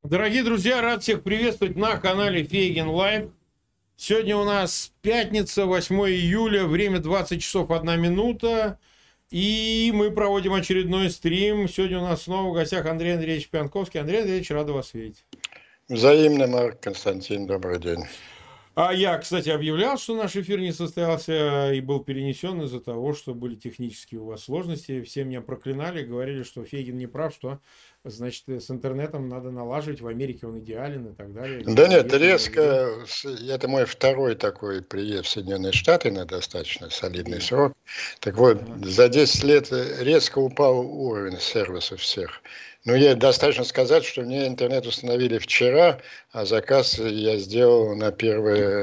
Дорогие друзья, рад всех приветствовать на канале Фейгин Лайв. Сегодня у нас пятница, 8 июля, время 20 часов 1 минута. И мы проводим очередной стрим. Сегодня у нас снова в гостях Андрей Андреевич Пьянковский. Андрей Андреевич, рад вас видеть. Взаимно, Марк Константин, добрый день. А я, кстати, объявлял, что наш эфир не состоялся и был перенесен из-за того, что были технические у вас сложности. Все меня проклинали, говорили, что Фейгин не прав, что, значит, с интернетом надо налаживать, в Америке он идеален и так далее. Да нет, резко, это мой второй такой приезд в Соединенные Штаты на достаточно солидный срок. Так вот, за 10 лет резко упал уровень сервиса всех. Но я достаточно сказать, что мне интернет установили вчера, а заказ я сделал на 1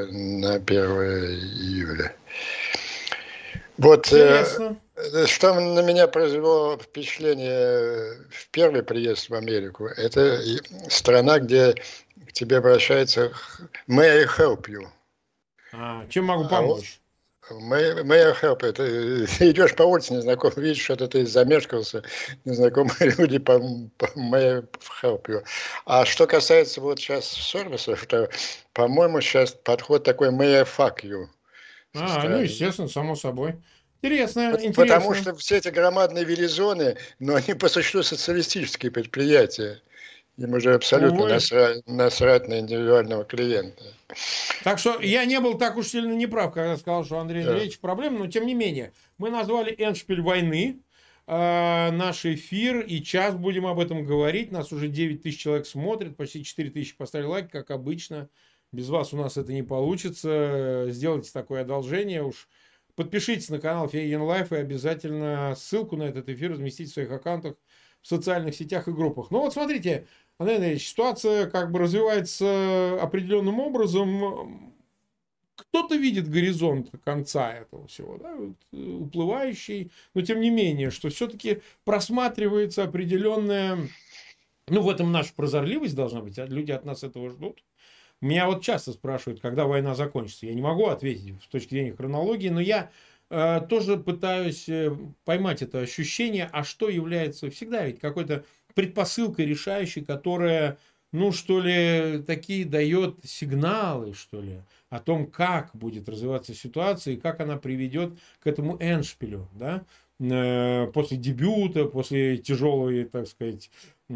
июля. Вот, что на меня произвело впечатление в первый приезд в Америку, это страна, где к тебе обращается «May I help you?». Чем могу помочь? May I help you? Ты идешь по улице, незнакомый, видишь, что-то ты замешкался, незнакомые люди may I help you. А что касается вот сейчас сервисов, то, по-моему, сейчас подход такой «May I fuck you?». Ну, естественно, само собой. Интересно. Потому что все эти громадные велизоны, но они по существу социалистические предприятия. Им уже абсолютно насрать на индивидуального клиента. Так что я не был так уж сильно неправ, когда сказал, что Андрей Андреевич проблема, но тем не менее. Мы назвали «Эндшпиль войны» наш эфир, и час будем об этом говорить. Нас уже 9 тысяч человек смотрят, почти 4 тысячи поставили лайк, как обычно. Без вас у нас это не получится. Сделайте такое одолжение уж. Подпишитесь на канал Фейгин Лайф и обязательно ссылку на этот эфир разместите в своих аккаунтах в социальных сетях и группах. Ну вот смотрите, Андрей Андреевич, ситуация как бы развивается определенным образом. Кто-то видит горизонт конца этого всего, да, уплывающий, но тем не менее, что все-таки просматривается определенная, в этом наша прозорливость должна быть, люди от нас этого ждут. Меня вот часто спрашивают, когда война закончится. Я не могу ответить с точки зрения хронологии, но я тоже пытаюсь поймать это ощущение, а что является всегда ведь какой-то предпосылкой решающей, которая, такие дает сигналы, о том, как будет развиваться ситуация и как она приведет к этому эндшпилю, да, после дебюта, после тяжелой, так сказать,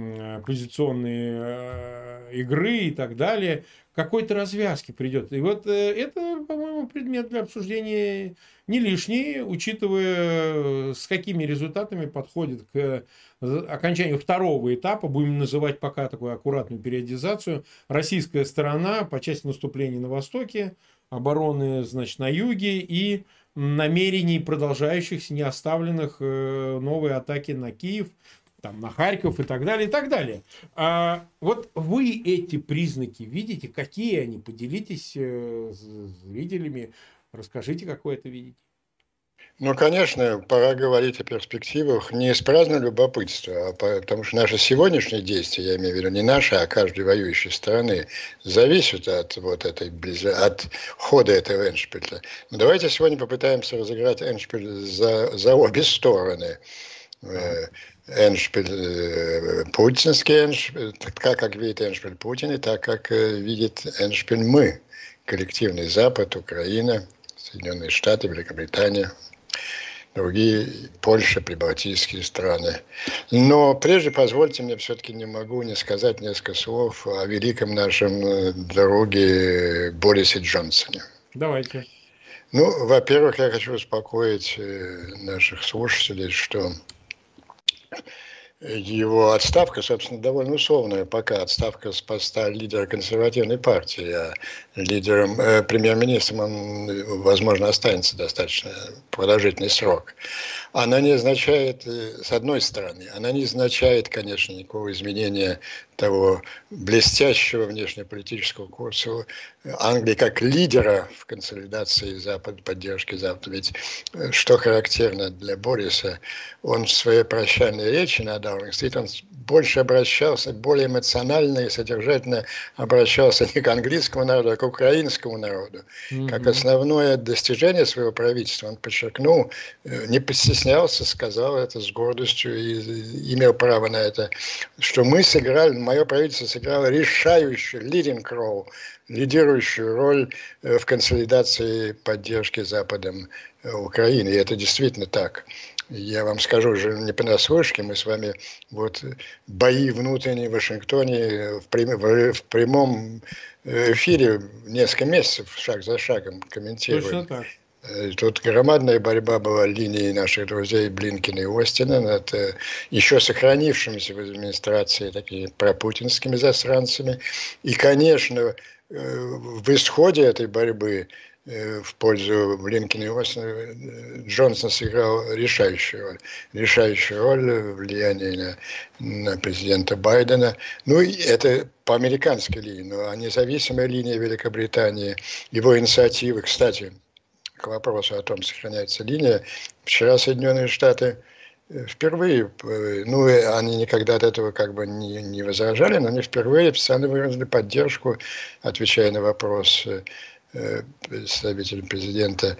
позиционной игры и так далее, какой-то развязки придет. И вот это, по-моему, предмет для обсуждения не лишний, учитывая, с какими результатами подходит к окончанию второго этапа, будем называть пока такую аккуратную периодизацию, российская сторона по части наступления на Востоке, обороны, значит, на юге и намерений продолжающихся, не оставленных новые атаки на Киев, там, на Харьков и так далее, и так далее. Вот вы эти признаки видите? Какие они? Поделитесь с зрителями, расскажите, какое это видите. Конечно, пора говорить о перспективах не из праздного любопытства, а потому что наши сегодняшние действия, я имею в виду не наши, а каждой воюющей страны, зависят от от хода этого эндшпиля. Но давайте сегодня попытаемся разыграть эндшпиль за обе стороны. Эндшпиль путинский эндшпиль, так как видит эндшпиль Путин, и так как видит эндшпиль мы, коллективный Запад, Украина, Соединенные Штаты, Великобритания, другие, Польша, прибалтийские страны. Но прежде позвольте мне, все-таки не могу не сказать несколько слов о великом нашем друге Борисе Джонсоне. Давайте. Во-первых, я хочу успокоить наших слушателей, что его отставка, собственно, довольно условная пока. Отставка с поста лидера консервативной партии, а лидером, премьер-министром он, возможно, останется достаточно продолжительный срок. Она не означает, с одной стороны, она не означает, конечно, никакого изменения того блестящего внешнеполитического курса Англии как лидера в консолидации Запада, поддержки Запада. Ведь что характерно для Бориса, он в своей прощальной речи на Даунинг-стрит, он больше обращался, более эмоционально и содержательно обращался не к английскому народу, а к украинскому народу. Как основное достижение своего правительства он подчеркнул, не постеснялся, сказал это с гордостью и имел право на это, что мы сыграли, мое правительство сыграло решающую, лидирующую роль в консолидации поддержки Западом Украины. И это действительно так. Я вам скажу уже не понаслышке, мы с вами вот бои внутренние в Вашингтоне в прямом эфире несколько месяцев шаг за шагом комментируем. Точно так. Тут громадная борьба была линии наших друзей Блинкена и Остина над еще сохранившимися в администрации такими пропутинскими засранцами. И, конечно, в исходе этой борьбы в пользу Блинкена и Остина Джонсон сыграл решающую роль влияния на президента Байдена. Ну, и это по американской линии, ну, а независимая линия Великобритании, его инициативы, кстати, к вопросу о том, сохраняется линия. Вчера Соединенные Штаты впервые, ну, они никогда от этого как бы не возражали, но они впервые официально выразили поддержку, отвечая на вопрос представителя президента,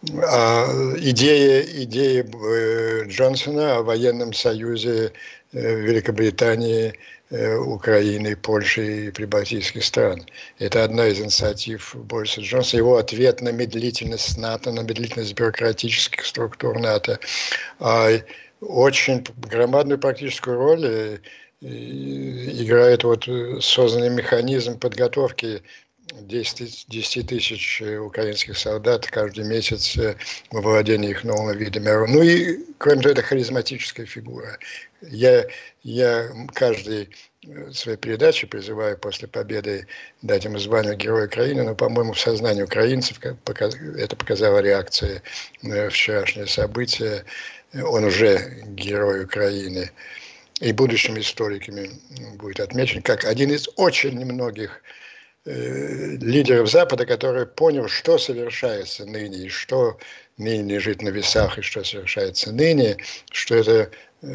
идеи Джонсона о военном союзе Великобритании, Украины, Польши и прибалтийских стран. Это одна из инициатив Бориса Джонсона. Его ответ на медлительность НАТО, на медлительность бюрократических структур НАТО. Очень громадную практическую роль играет вот созданный механизм подготовки 10 тысяч украинских солдат каждый месяц во владении их новыми видами. Ну и, кроме того, это харизматическая фигура. Я каждой своей передаче призываю после победы дать ему звание Героя Украины, но, по-моему, в сознании украинцев, это показала реакция на вчерашнее событие, он уже Герой Украины. И будущими историками будет отмечен как один из очень немногих лидеров Запада, который понял, что совершается ныне, и что ныне лежит на весах, и что совершается ныне, что это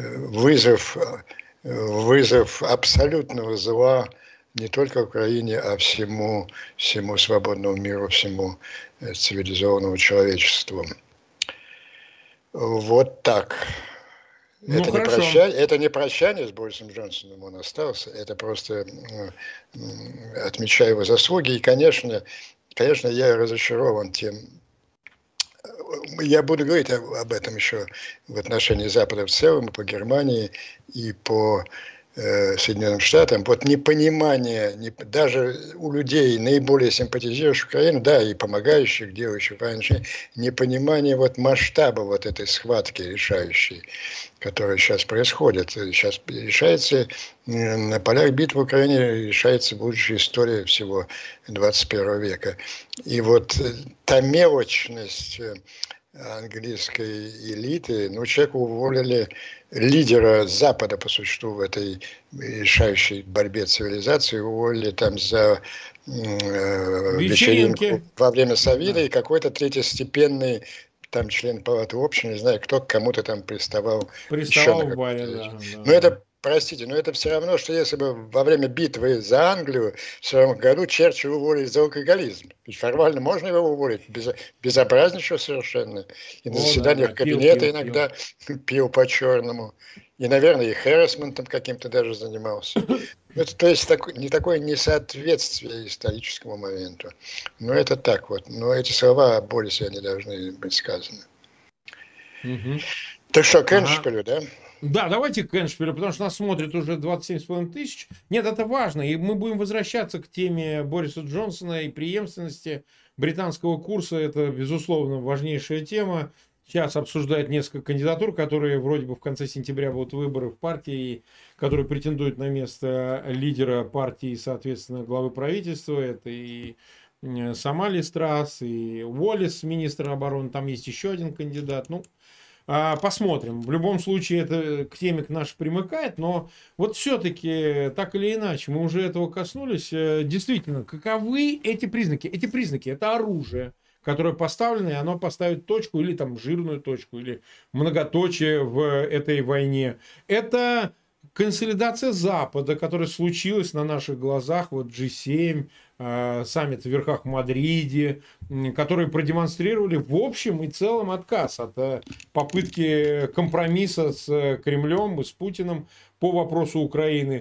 вызов абсолютного зла не только Украине, а всему свободному миру, всему цивилизованному человечеству. Вот так. Ну, это не прощание с Борисом Джонсоном, он остался. Это просто отмечаю его заслуги. И, конечно, я разочарован тем. Я буду говорить об этом еще в отношении Запада в целом, и по Германии, и по Соединенным Штатам. Вот непонимание, даже у людей, наиболее симпатизирующих Украину, да, и помогающих, делающих раньше, непонимание вот масштаба вот этой схватки решающей, которая сейчас происходит. Сейчас решается на полях битвы в Украине, решается будущая история всего 21 века. И вот та мелочность английской элиты, ну, человека уволили, лидера Запада, по существу, в этой решающей борьбе цивилизации, уволили там за вечеринку во время Совида, и какой-то третьестепенный там член палаты общин, не знаю, кто к кому-то там приставал в баре, да. Но это, простите, но это все равно, что если бы во время битвы за Англию в 1940 году Черчилля уволили за алкоголизм. Ведь формально можно его уволить, безобразничал совершенно. И на заседаниях кабинета иногда пил по-черному. И, наверное, и хэрассментом каким-то даже занимался. Это, то есть, не такое несоответствие историческому моменту. Но это так вот. Но эти слова о Борисе, они должны быть сказаны. Так что, к Эншпилю, да? Да, давайте к Эншпилю, потому что нас смотрит уже 27,5 тысяч. Нет, это важно. И мы будем возвращаться к теме Бориса Джонсона и преемственности британского курса. Это, безусловно, важнейшая тема. Сейчас обсуждают несколько кандидатур, которые вроде бы в конце сентября будут выборы в партии, которые претендуют на место лидера партии и, соответственно, главы правительства. Это и сама Ли Страс, и Уоллес, министр обороны. Там есть еще один кандидат. Ну, посмотрим. В любом случае, это к теме нашей примыкает. Но вот все-таки, так или иначе, мы уже этого коснулись. Действительно, каковы эти признаки? Эти признаки – это оружие, которое поставлено, и оно поставит точку, или там жирную точку, или многоточие в этой войне. Это консолидация Запада, которая случилась на наших глазах, вот G7, саммит в верхах в Мадриде, которые продемонстрировали в общем и целом отказ от попытки компромисса с Кремлем и с Путиным по вопросу Украины.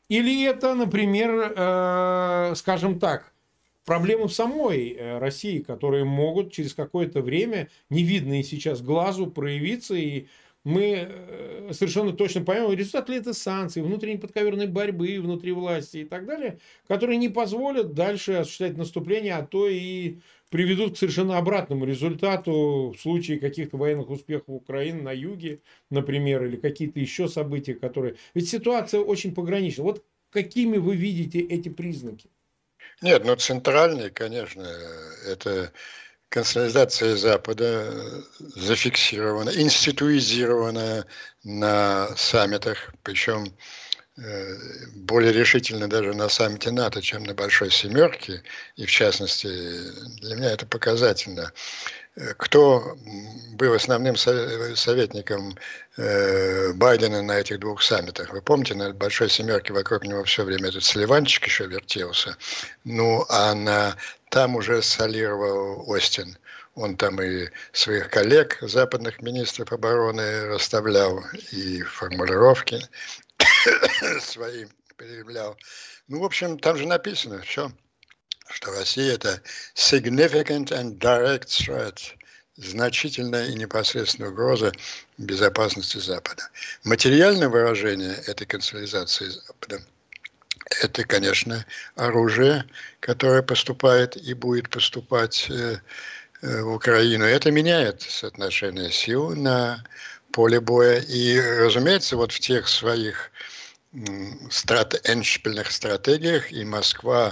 Или это, например, скажем так, проблемы в самой России, которые могут через какое-то время, невидные сейчас глазу, проявиться, и мы совершенно точно поймем, результат ли это санкций, внутренней подковерной борьбы внутри власти и так далее, которые не позволят дальше осуществлять наступление, а то и приведут к совершенно обратному результату в случае каких-то военных успехов Украины на юге, например, или какие-то еще события, которые... Ведь ситуация очень погранична. Вот какими вы видите эти признаки? Нет, ну центральный, конечно, это консолидация Запада зафиксирована, институизирована на саммитах, причем более решительно даже на саммите НАТО, чем на Большой Семерке. И в частности, для меня это показательно. Кто был основным советником Байдена на этих двух саммитах? Вы помните, на Большой Семерке вокруг него все время этот Салливанчик еще вертелся. Ну, а там уже солировал Остин. Он там и своих коллег, западных министров обороны, расставлял, и формулировки свои переявлял. Ну, в общем, там же написано все, что Россия – это significant and direct threat, значительная и непосредственная угроза безопасности Запада. Материальное выражение этой консолидации Запада – это, конечно, оружие, которое поступает и будет поступать в Украину. Это меняет соотношение сил на поле боя. И, разумеется, вот в тех своих эндшпильных стратегиях и Москва,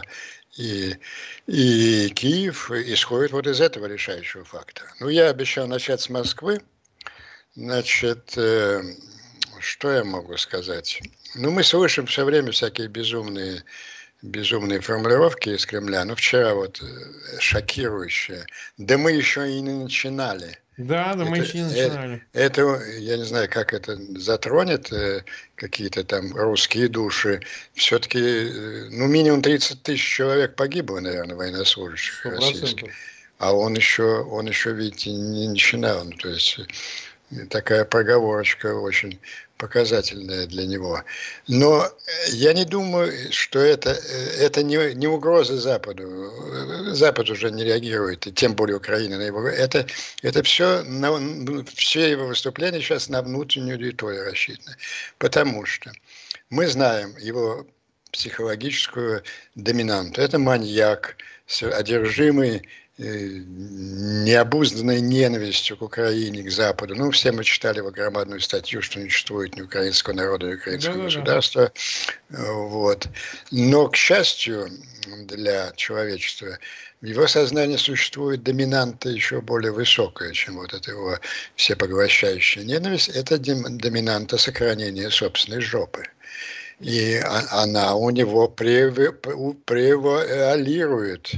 и Киев исходят вот из этого решающего фактора. Ну, я обещал начать с Москвы. Значит, что я могу сказать? Ну, мы слышим все время всякие безумные формулировки из Кремля. Ну, вчера вот шокирующие. Да мы еще и не начинали. Да, мы еще не начинали. Это, я не знаю, как это затронет какие-то там русские души. Все-таки, ну, минимум 30 тысяч человек погибло, наверное, военнослужащих 100%. российских. А он еще, видите, не начинал. Ну, то есть такая проговорочка очень показательная для него. Но я не думаю, что это не угроза Западу. Запад уже не реагирует, и тем более Украина на его. Это все его выступления сейчас на внутреннюю аудиторию рассчитано. Потому что мы знаем его психологическую доминанту. Это маньяк, одержимый необузданной ненавистью к Украине, к Западу. Ну, все мы читали его громадную статью, что не существует ни украинского народа, ни украинского государства. Вот. Но, к счастью для человечества, в его сознании существует доминанта еще более высокая, чем вот эта его всепоглощающая ненависть. Это доминанта сохранения собственной жопы. И она у него превалирует.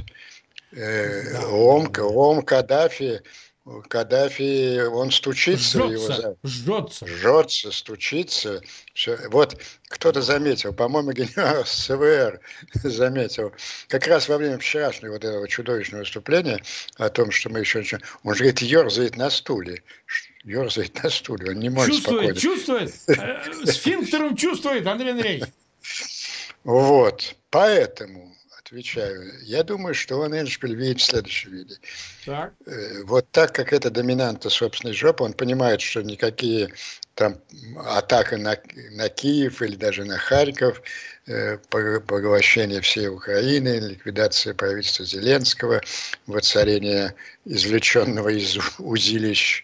Каддафи, он стучится. Жжется, стучится. Все. Вот кто-то заметил, по-моему, генерал СВР заметил, как раз во время вчерашнего вот этого чудовищного выступления о том, что мы еще ничего... Он же, говорит, ерзает на стуле, он не может спокойно... Чувствует, сфинктером чувствует, Андрей Андреевич. Вот, поэтому... Отвечаю. Я думаю, что он эндшпиль видит в следующем виде. Так. Вот так как это доминанта собственной жопы, он понимает, что никакие там атаки на Киев или даже на Харьков, поглощение всей Украины, ликвидация правительства Зеленского, воцарение извлеченного из узилищ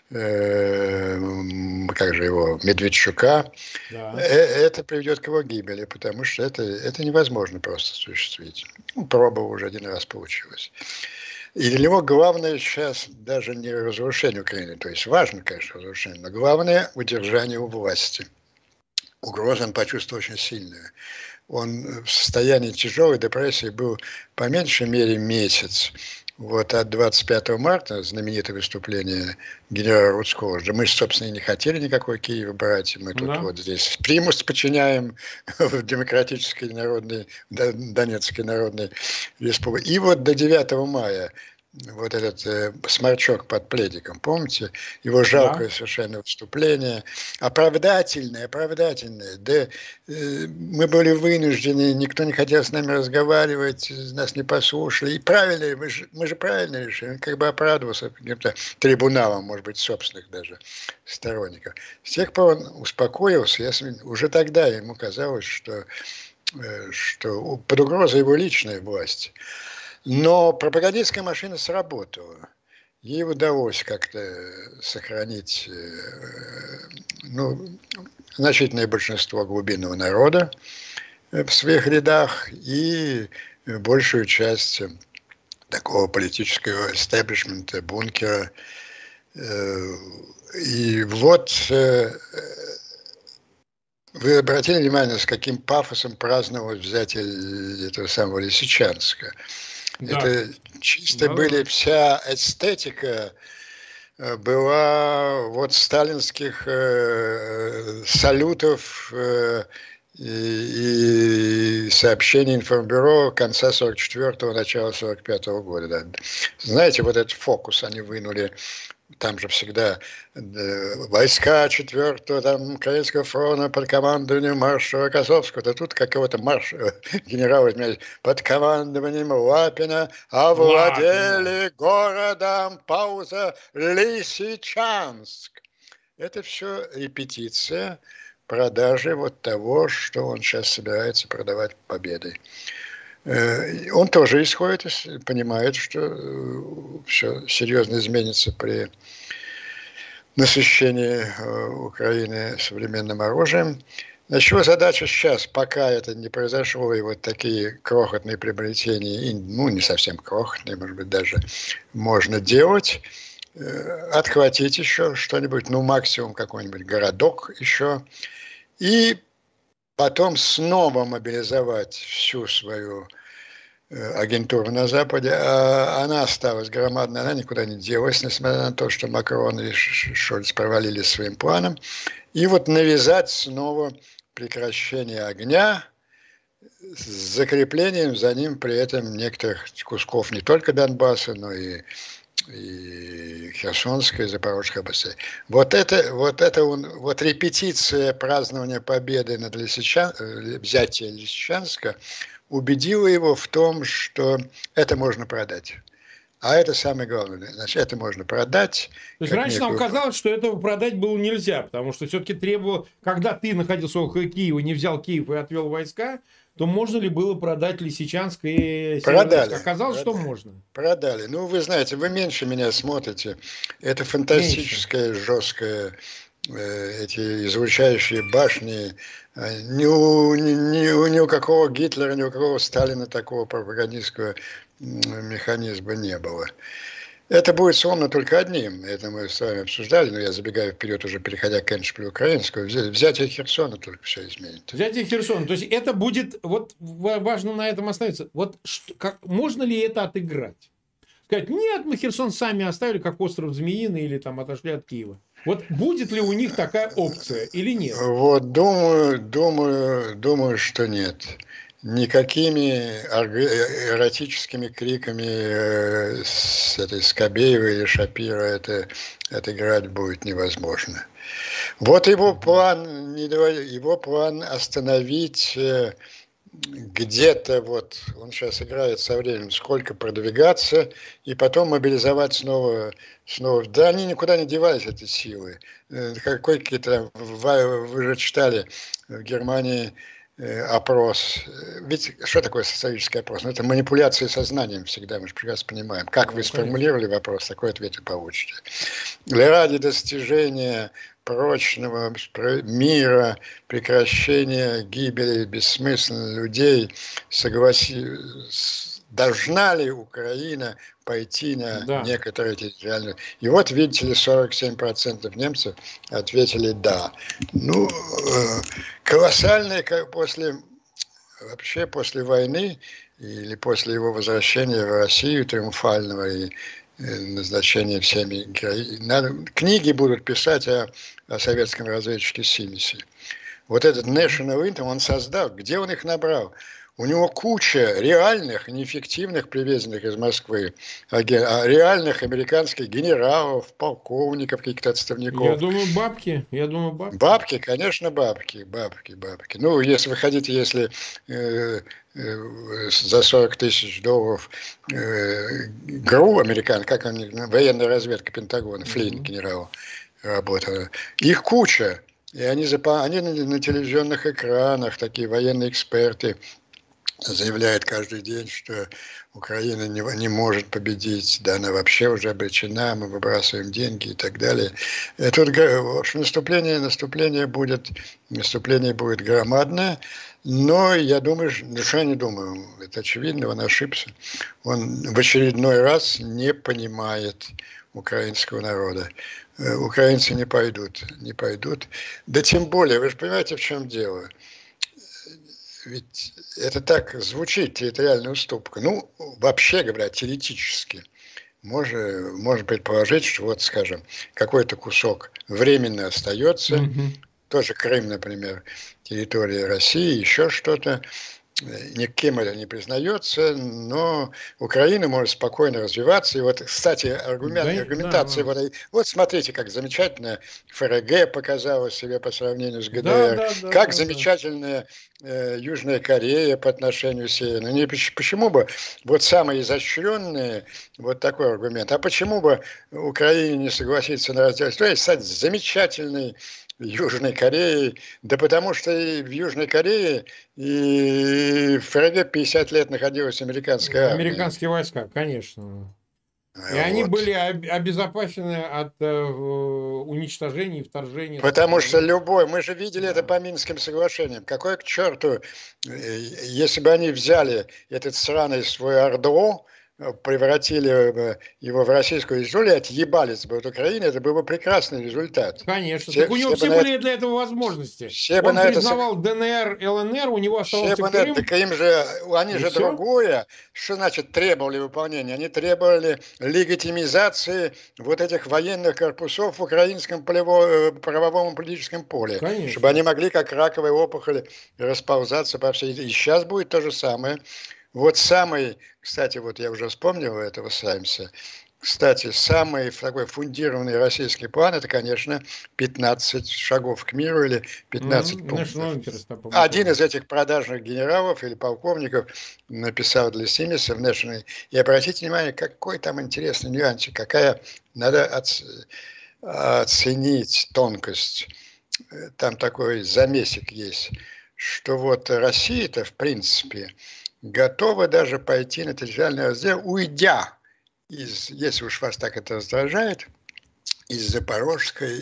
Медведчука, да. Это приведет к его гибели, потому что это невозможно просто осуществить. Ну, проба уже один раз получилась. И для него главное сейчас даже не разрушение Украины, то есть важно, конечно, разрушение, но главное удержание у власти. Угрозу он почувствовал очень сильную. Он в состоянии тяжелой депрессии был по меньшей мере месяц. Вот от 25 марта, знаменитое выступление генерала Рудского, мы, собственно, и не хотели никакой Киев брать, мы тут вот здесь примус подчиняем в Демократической Народной, Донецкой Народной Республике. И вот до 9 мая вот этот сморчок под пледиком, помните? Его жалкое Да. совершенно выступление. Оправдательное. Да, мы были вынуждены, никто не хотел с нами разговаривать, нас не послушали. И правильно, мы же правильно решили. Он как бы оправдывался каким-то трибуналом, может быть, собственных даже сторонников. С тех пор он успокоился. Уже тогда ему казалось, что под угрозой его личная власть. Но пропагандистская машина сработала. Ей удалось как-то сохранить значительное большинство глубинного народа в своих рядах и большую часть такого политического эстеблишмента, бункера. И вот вы обратили внимание, с каким пафосом праздновал взятие этого самого Лисичанска. Да. Это чисто были, вся эстетика была вот сталинских салютов и сообщений информбюро конца 44-го, начала 45-го года. Да. Знаете, вот этот фокус они вынули. Там же всегда войска 4-го там, Украинского фронта под командованием маршала Косовского. Да тут какого-то генерала под командованием Лапина овладели городом, пауза, Лисичанск. Это все репетиция продажи вот того, что он сейчас собирается продавать победой. Он тоже исходит, понимает, что все серьезно изменится при насыщении Украины современным оружием. Значит, его задача сейчас, пока это не произошло, и вот такие крохотные приобретения, не совсем крохотные, может быть, даже можно делать, отхватить еще что-нибудь, максимум какой-нибудь городок еще, и потом снова мобилизовать всю свою агентуру на Западе. Она осталась громадной, она никуда не делась, несмотря на то, что Макрон и Шольц провалились своим планом. И вот навязать снова прекращение огня с закреплением за ним при этом некоторых кусков не только Донбасса, но и Херсонской, и Запорожской областей. Вот репетиция празднования победы над взятия Лисичанска убедила его в том, что это можно продать. А это самое главное. Значит, это можно продать. То есть раньше нам казалось, что этого продать было нельзя, потому что все-таки требовало, когда ты находился около Киева, не взял Киев и отвел войска, то можно ли было продать Лисичанск и Северодонецк? Оказалось, что можно. Продали. Вы знаете, вы меньше меня смотрите. Это фантастическое, жесткое, эти излучающие башни. Ни у какого Гитлера, ни у какого Сталина такого пропагандистского механизма не было. Это будет словно только одним. Это мы с вами обсуждали, но я забегаю вперед, уже переходя к Эншпилю украинскому. Взятие Херсона только все изменит. Взятие Херсона. То есть это будет, вот важно на этом остановиться. Вот можно ли это отыграть? Сказать, нет, мы Херсон сами оставили, как остров Змеиный, или там отошли от Киева. Вот будет ли у них такая опция или нет? Вот думаю, что нет. Никакими эротическими криками с этой Скобеевой или Шапира это отыграть будет невозможно. Вот его план остановить где-то, вот он сейчас играет со временем, сколько продвигаться, и потом мобилизовать снова. Да, они никуда не девались, эти силы. Какой-то, вы же читали в Германии опрос. Ведь что такое социологический опрос? Это манипуляция сознанием всегда, мы же прекрасно понимаем. Как вы сформулировали вопрос, такой ответ и получите. Ради достижения прочного мира, прекращения гибели бессмысленных людей, должна ли Украина пойти на некоторые территориальные... И вот, видите ли, 47% немцев ответили «да». Колоссальные, после войны или после его возвращения в Россию триумфального и назначения всеми книги будут писать о советском разведчике Симисе. Вот этот National Anthem он создал. Где он их набрал? У него куча реальных, неэффективных, привезенных из Москвы, реальных американских генералов, полковников, каких-то отставников. Я думаю, бабки. Бабки, конечно, бабки. Ну, если вы хотите, если за 40 тысяч долларов ГРУ американ, как они, военная разведка Пентагона, Флинн, генерал, работала, их куча. И они на телевизионных экранах, такие военные эксперты, заявляет каждый день, что Украина не может победить, да, она вообще уже обречена, мы выбрасываем деньги и так далее. И тут, в общем, наступление будет громадное, но я думаю, что я не думаю, это очевидно, он ошибся. Он в очередной раз не понимает украинского народа. Украинцы не пойдут. Да тем более, вы же понимаете, в чем дело. Ведь это так звучит, территориальная уступка. Ну, вообще говоря, теоретически можно предположить, что вот, скажем, какой-то кусок временно остается, тоже Крым, например, территория России, еще что-то, никем это не признается, но Украина может спокойно развиваться. И вот, кстати, аргументация. Да. Вот смотрите, как замечательно ФРГ показала себя по сравнению с ГДР, как замечательная Южная Корея по отношению к Северной. Почему бы вот самые изощренные, вот такой аргумент, а почему бы Украине не согласиться на раздел истории, стать замечательной Южной Кореей, да потому что и в Южной Корее и в ФРГ 50 лет находилась американская армия. Американские войска, конечно. И они были обезопасены от уничтожения и вторжения. Потому что мы же видели это по Минским соглашениям. Какой к черту, если бы они взяли этот сраный свой ОРДО, превратили его в российскую историю, отъебались бы от Украины, это был бы прекрасный результат. Конечно. Так у него все были для этого возможности. Он признавал ДНР, ЛНР, у него оставался Крым. Так они же другое. Что значит требовали выполнения? Они требовали легитимизации вот этих военных корпусов в украинском правовом и политическом поле. Конечно. Чтобы они могли, как раковые опухоли, расползаться по всей... И сейчас будет то же самое. Вот кстати, вот я уже вспомнил этого Саймса, кстати, самый такой фундированный российский план, это, конечно, 15 шагов к миру или 15 пунктов. Один из этих продажных генералов или полковников написал для Симиса в National. И обратите внимание, какой там интересный нюансик, надо оценить тонкость. Там такой замесик есть, что вот Россия-то, в принципе, готова даже пойти на территориальный раздел, уйдя если уж вас так это раздражает, из Запорожской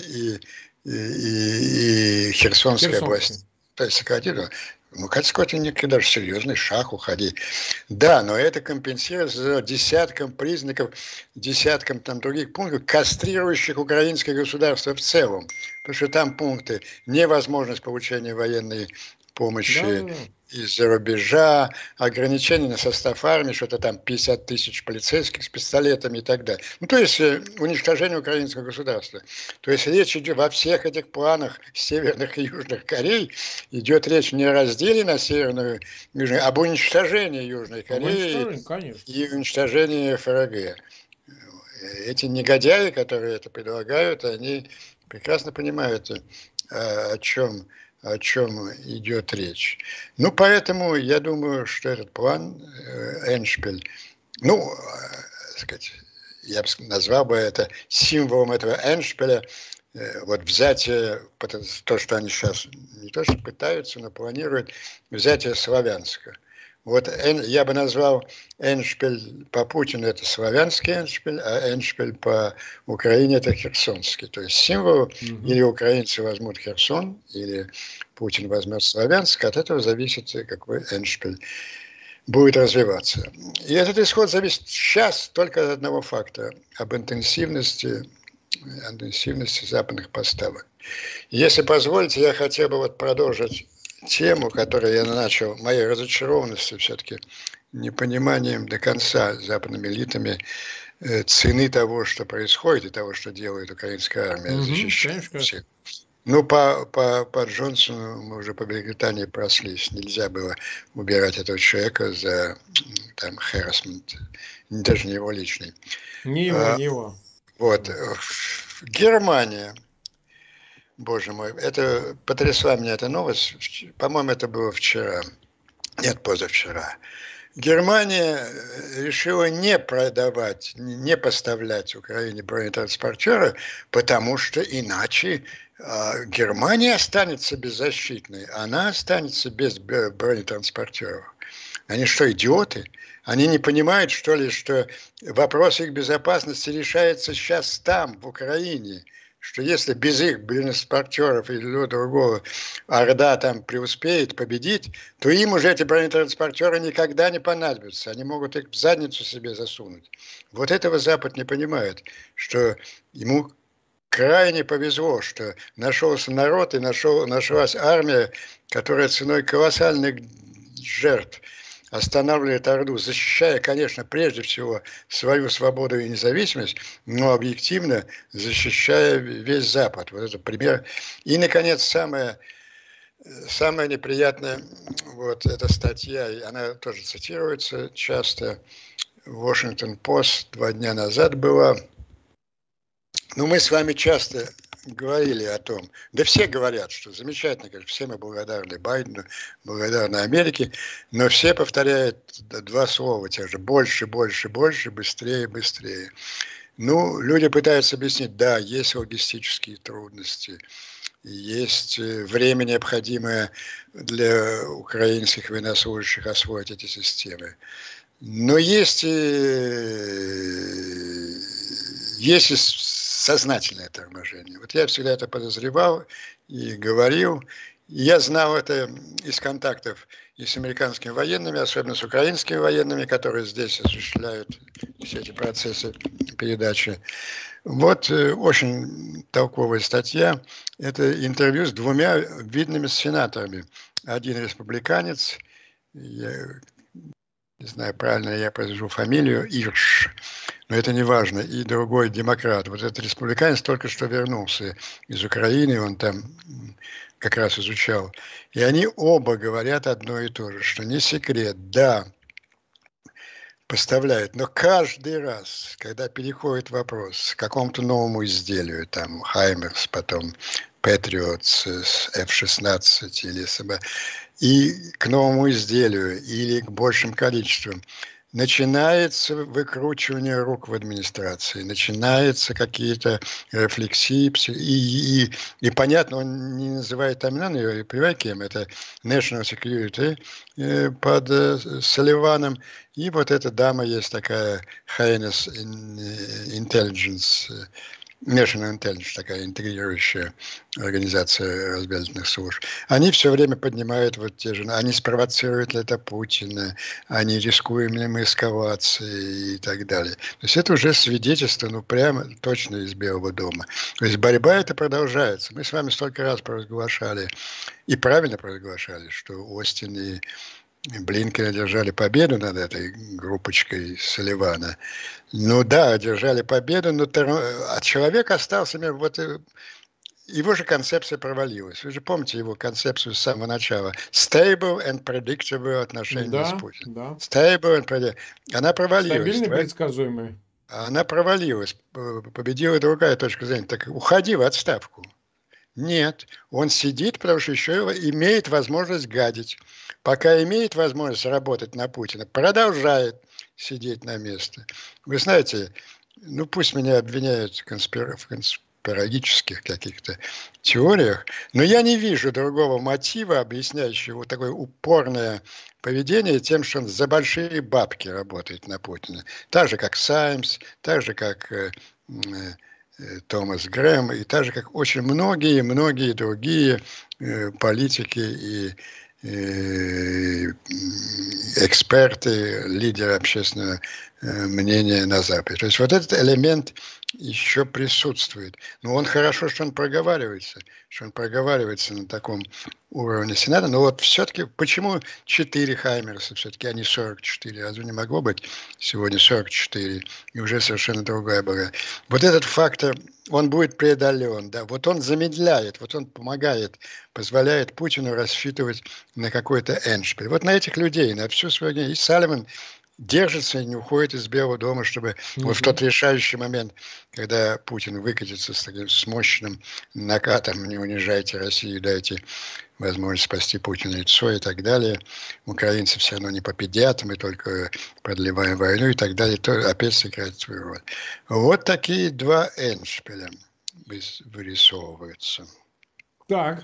и Херсонской области. То есть сократить, какой-то некий даже серьезный шаг уходить. Да, но это компенсируется десятком признаков, десятком там других пунктов, кастрирующих украинское государство в целом. Потому что там пункты: невозможность получения военной помощи из-за рубежа, ограничения на состав армии, что-то там 50 тысяч полицейских с пистолетами и так далее. Ну, то есть уничтожение украинского государства. То есть речь идет во всех этих планах северных и южных Корей, идет речь не о разделе на северную и южную, а об уничтожении Южной Кореи и уничтожении ФРГ. Эти негодяи, которые это предлагают, они прекрасно понимают, о чем идет речь. Ну, поэтому я думаю, что этот план Эндшпиль, я бы назвал бы это символом этого Эндшпиля, вот взятие, то, что они сейчас не то что пытаются, но планируют, взятие Славянска. Вот я бы назвал Эндшпиль по Путину это славянский Эндшпиль, а Эндшпиль по Украине это херсонский. То есть символ или украинцы возьмут Херсон, или Путин возьмет Славянск. От этого зависит, какой Эндшпиль будет развиваться. И этот исход зависит сейчас только от одного фактора – об интенсивности западных поставок. Если позволите, я хотел бы продолжить тему, которую я начал, моей разочарованностью все-таки, непониманием до конца западными элитами цены того, что происходит, и того, что делает украинская армия, защищая всех. Ну, по Джонсону мы уже по Великобритании прослись. Нельзя было убирать этого человека за там harassment, даже не его личный. Не его. Вот. Германия. Боже мой, это потрясла меня эта новость. По-моему, это было вчера. Нет, позавчера. Германия решила не продавать, не поставлять Украине бронетранспортеры, потому что иначе Германия останется беззащитной. Она останется без бронетранспортеров. Они что, идиоты? Они не понимают, что ли, что вопрос их безопасности решается сейчас там, в Украине. Что если без их бронетранспортеров или другого Орда там преуспеет, победит, то им уже эти бронетранспортеры никогда не понадобятся. Они могут их в задницу себе засунуть. Вот этого Запад не понимает, что ему крайне повезло, что нашелся народ и нашлась армия, которая ценой колоссальных жертв останавливает Орду, защищая, конечно, прежде всего свою свободу и независимость, но объективно защищая весь Запад. Вот это пример. И, наконец, самое неприятное, вот эта статья, она тоже цитируется часто, Washington-Post 2 дня назад была. Ну, мы с вами часто говорили о том, да все говорят, что замечательно, конечно, все мы благодарны Байдену, благодарны Америке, но все повторяют 2 слова те же: больше, больше, больше, быстрее, быстрее. Ну, люди пытаются объяснить, да, есть логистические трудности, есть время, необходимое для украинских военнослужащих освоить эти системы. Но есть и сознательное торможение. Вот я всегда это подозревал и говорил. И я знал это из контактов и с американскими военными, особенно с украинскими военными, которые здесь осуществляют все эти процессы передачи. Вот очень толковая статья. Это интервью с 2 видными сенаторами. Один республиканец, я не знаю, правильно я произнесу фамилию, Ирш, но это не важно, и другой демократ. Вот этот республиканец только что вернулся из Украины, он там как раз изучал. И они оба говорят одно и то же, что не секрет, да, поставляют, но каждый раз, когда переходит вопрос к какому-то новому изделию, там, Хаймерс, потом Патриотс, F-16 или СБ, и к новому изделию или к большим количествам, начинается выкручивание рук в администрации, начинаются какие-то рефлексии, и понятно, он не называет имена, но я понимаю, кем, это National Security под Салливаном, и вот эта дама есть такая Highness Intelligence, National Intelligence, такая интегрирующая организация разведывательных служб. Они все время поднимают вот те же, они спровоцируют ли это Путина, они рискуем ли мы эскалацией и так далее. То есть это уже свидетельство, ну прямо точно из Белого дома. То есть борьба эта продолжается. Мы с вами столько раз провозглашали, и правильно провозглашали, что Остин и Блинкен одержали победу над этой группочкой Салливана. Ну да, одержали победу, но человек остался, вот его же концепция провалилась. Вы же помните его концепцию с самого начала. Stable and predictable отношения с Путиным. Да. Stable and predictable. Она провалилась. Стабильный, предсказуемый. Она провалилась. Победила другая точка зрения. Так уходи в отставку. Нет, он сидит, потому что еще имеет возможность гадить. Пока имеет возможность работать на Путина, продолжает сидеть на месте. Вы знаете, ну пусть меня обвиняют в конспирологических каких-то теориях, но я не вижу другого мотива, объясняющего такое упорное поведение тем, что он за большие бабки работает на Путина. Так же, как Саймс, так же, как Томас Грэм, и так же, как очень многие другие политики и эксперты, лидеры общественного мнения на Западе. То есть вот этот элемент еще присутствует. Но он хорошо, что он проговаривается на таком уровне Сената. Но вот все-таки почему 4 Хаймерса все-таки, а не 44? Разве не могло быть сегодня 44? И уже совершенно другая была. Вот этот фактор, он будет преодолен. Да? Вот он замедляет, вот он помогает, позволяет Путину рассчитывать на какой-то эндшпиль. Вот на этих людей, на всю свою... И Салливан держится и не уходит из Белого дома, чтобы вот в тот решающий момент, когда Путин выкатится с таким с мощным накатом, не унижайте Россию, дайте возможность спасти Путина лицо и так далее. Украинцы все равно не победят, мы только продлеваем войну и так далее, то опять сыграть свою роль. Вот такие два эндшпиля вырисовываются. Так,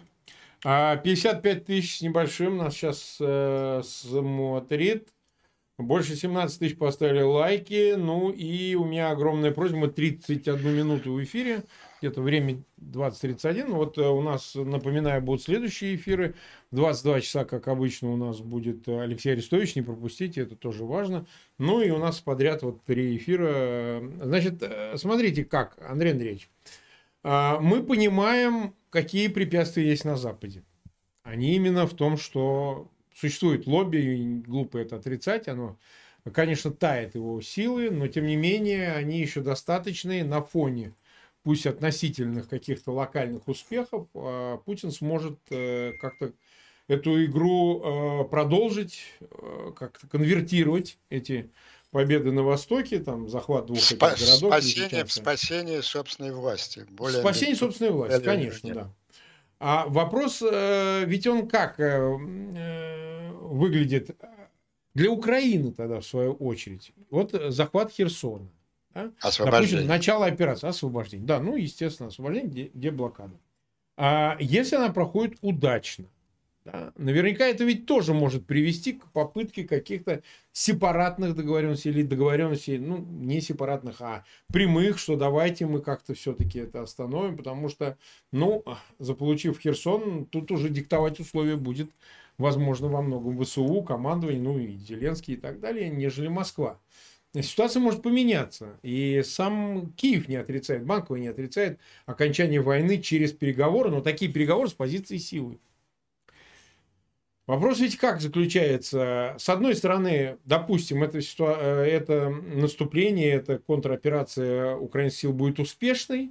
55 тысяч с небольшим нас сейчас смотрит. Больше 17 тысяч поставили лайки. Ну и у меня огромная просьба. Мы 31 минуту в эфире. Где-то время 20:31. Вот у нас, напоминаю, будут следующие эфиры. В 22 часа, как обычно, у нас будет Алексей Арестович. Не пропустите, это тоже важно. Ну и у нас подряд вот 3 эфира. Значит, смотрите как, Андрей Андреевич. Мы понимаем, какие препятствия есть на Западе. Они именно в том, что... Существует лобби, и глупо это отрицать, оно, конечно, тает его силы, но, тем не менее, они еще достаточные на фоне, пусть относительных каких-то локальных успехов, Путин сможет как-то эту игру продолжить, как-то конвертировать эти победы на Востоке, там, захват 2 этих городов. Спасение собственной власти. Спасение собственной власти, конечно, да. А вопрос, ведь он как выглядит для Украины тогда, в свою очередь? Вот захват Херсона. Да? Допустим, начало операции. Освобождение. Да, ну, естественно, освобождение, где блокада. А если она проходит удачно, да, наверняка это ведь тоже может привести к попытке каких-то сепаратных договоренностей или договоренностей, ну, не сепаратных, а прямых, что давайте мы как-то все-таки это остановим, потому что, ну, заполучив Херсон, тут уже диктовать условия будет, возможно, во многом ВСУ, командование, ну, и Зеленский и так далее, нежели Москва. Ситуация может поменяться. И сам Киев не отрицает, Банковый не отрицает окончание войны через переговоры, но такие переговоры с позиции силы. Вопрос ведь как заключается? С одной стороны, допустим, это наступление, эта контроперация украинских сил будет успешной,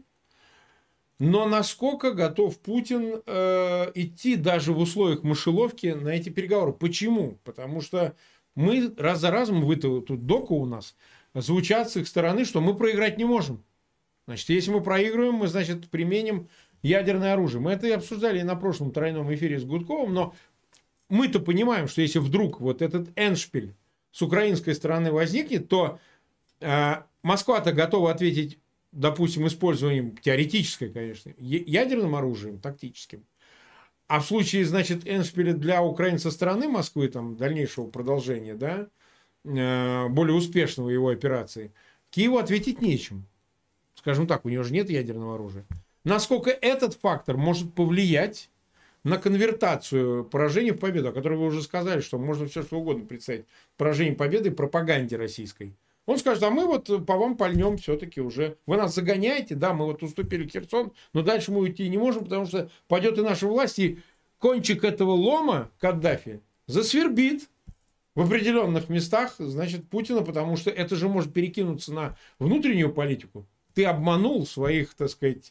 но насколько готов Путин идти даже в условиях мышеловки на эти переговоры? Почему? Потому что мы раз за разом, тут дока у нас, звучат с их стороны, что мы проиграть не можем. Значит, если мы проигрываем, мы, значит, применим ядерное оружие. Мы это и обсуждали и на прошлом тройном эфире с Гудковым, но мы-то понимаем, что если вдруг вот этот эндшпиль с украинской стороны возникнет, то Москва-то готова ответить, допустим, использованием, теоретической, конечно, ядерным оружием, тактическим. А в случае, значит, эндшпиля для Украины со стороны Москвы, там, дальнейшего продолжения, да, более успешного его операции, Киеву ответить нечем. Скажем так, у него же нет ядерного оружия. Насколько этот фактор может повлиять на конвертацию поражения в победу, о которой вы уже сказали, что можно все что угодно представить. Поражение победы в пропаганде российской. Он скажет, а мы вот по вам пальнем все-таки уже. Вы нас загоняете, да, мы вот уступили Херсон, но дальше мы уйти не можем, потому что пойдет и наша власть, и кончик этого лома Каддафи засвербит в определенных местах, значит, Путина, потому что это же может перекинуться на внутреннюю политику. Ты обманул своих, так сказать,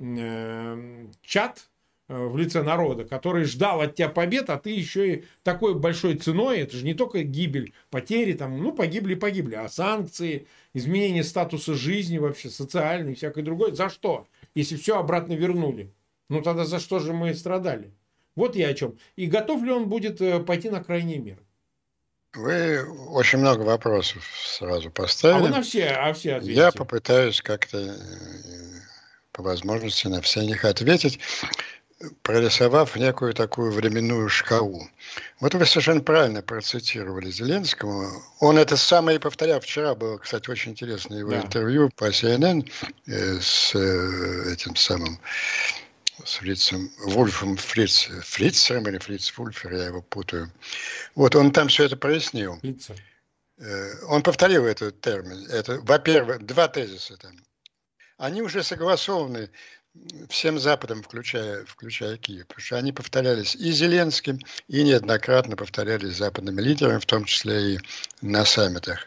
чад в лице народа, который ждал от тебя побед, а ты еще и такой большой ценой, это же не только гибель, потери, там, ну, погибли, а санкции, изменение статуса жизни вообще, социальный, всякое другое. За что? Если все обратно вернули. Ну, тогда за что же мы страдали? Вот я о чем. И готов ли он будет пойти на крайние меры? Вы очень много вопросов сразу поставили. А вы на все ответите. Я попытаюсь как-то по возможности на все них ответить, прорисовав некую такую временную шкалу. Вот вы совершенно правильно процитировали Зеленского. Он это самое и повторял. Вчера было, кстати, очень интересное его интервью по CNN с этим самым, с Фрицем Вульфом, Фрицером или Фриц Вульфер, я его путаю. Вот он там все это прояснил. Он повторил этот термин. Это, во-первых, два тезиса там. они уже согласованы всем Западом, включая Киев, потому что они повторялись и Зеленским, и неоднократно повторялись западными лидерами, в том числе и на саммитах.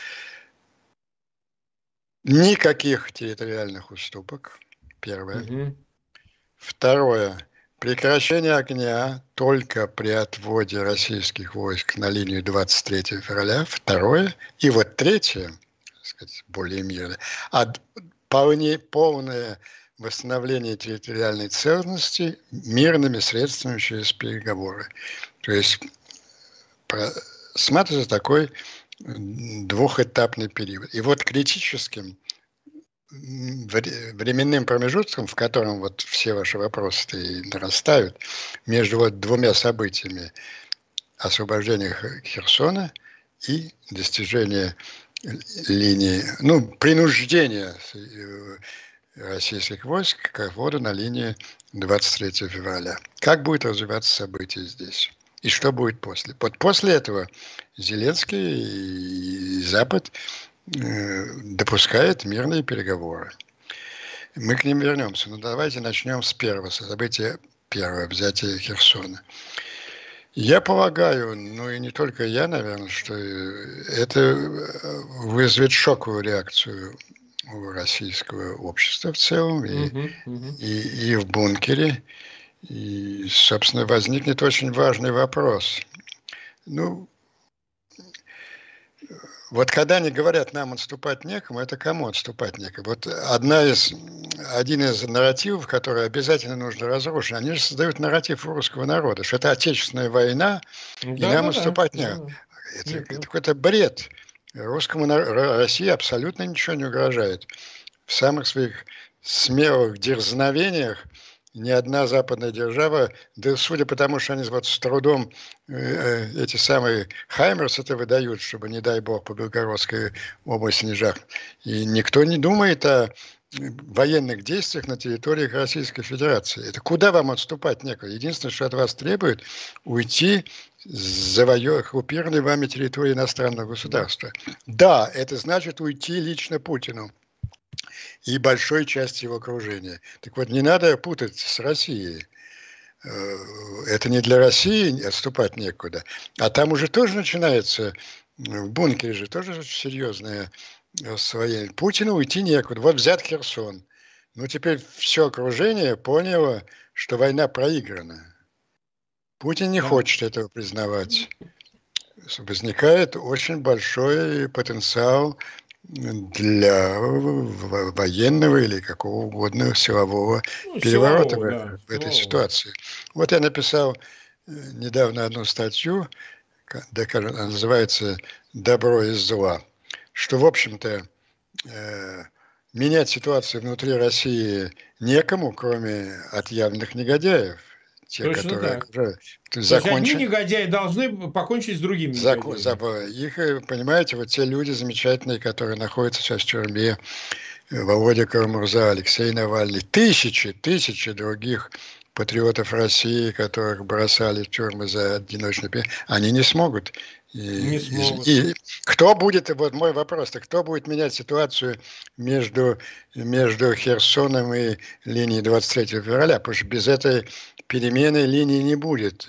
Никаких территориальных уступок, первое. Второе. Прекращение огня только при отводе российских войск на линию 23 февраля. Второе. И вот третье, так сказать, более мирное, полное восстановление территориальной целостности мирными средствами через переговоры. То есть рассматривается такой двухэтапный период. И вот критическим временным промежутком, в котором вот все ваши вопросы и нарастают, между вот двумя событиями освобождения Херсона и достижения линии, принуждения российских войск к вводу на линии 23 февраля. Как будет развиваться событие здесь? И что будет после? Вот после этого Зеленский и Запад допускает мирные переговоры. Мы к ним вернемся. Но давайте начнем с первого события, взятия Херсона. Я полагаю, и не только я, наверное, что это вызовет шоковую реакцию у российского общества в целом и в бункере. И, собственно, возникнет очень важный вопрос. Вот когда они говорят, нам отступать некому, это кому отступать некому? Вот один из нарративов, который обязательно нужно разрушить, они же создают нарратив русского народа, что это отечественная война, и нам отступать некому. Это какой-то бред. России абсолютно ничего не угрожает. В самых своих смелых дерзновениях ни одна западная держава, да судя по тому, что они вот с трудом эти самые Хаймерс это выдают, чтобы, не дай бог, по Белгородской области не жахнуть. И никто не думает о военных действиях на территории Российской Федерации. Это куда вам отступать некуда? Единственное, что от вас требует, уйти с оккупированной вами территории иностранного государства. Да, это значит уйти лично Путину и большой части его окружения. Так вот, не надо путать с Россией. Это не для России отступать некуда. А там уже тоже начинается, в бункере же тоже серьезное освоение. Путину уйти некуда. Вот взят Херсон. Теперь все окружение поняло, что война проиграна. Путин не хочет этого признавать. Возникает очень большой потенциал для военного или какого угодно силового переворота в этой ситуации. Вот я написал недавно одну статью, она называется «Добро из зла», что, в общем-то, менять ситуацию внутри России некому, кроме отъявленных негодяев. Те, точно которые так. уже закончили. Одни негодяи должны покончить с другими негодяями. Их, понимаете, вот те люди замечательные, которые находятся сейчас в тюрьме, Володя Карамурза, Алексей Навальный, тысячи других патриотов России, которых бросали в тюрьмы за одиночные периоды, они не смогут. И кто будет, вот мой вопрос, кто будет менять ситуацию между Херсоном и линией 23 февраля? Потому что без этой перемены линии не будет.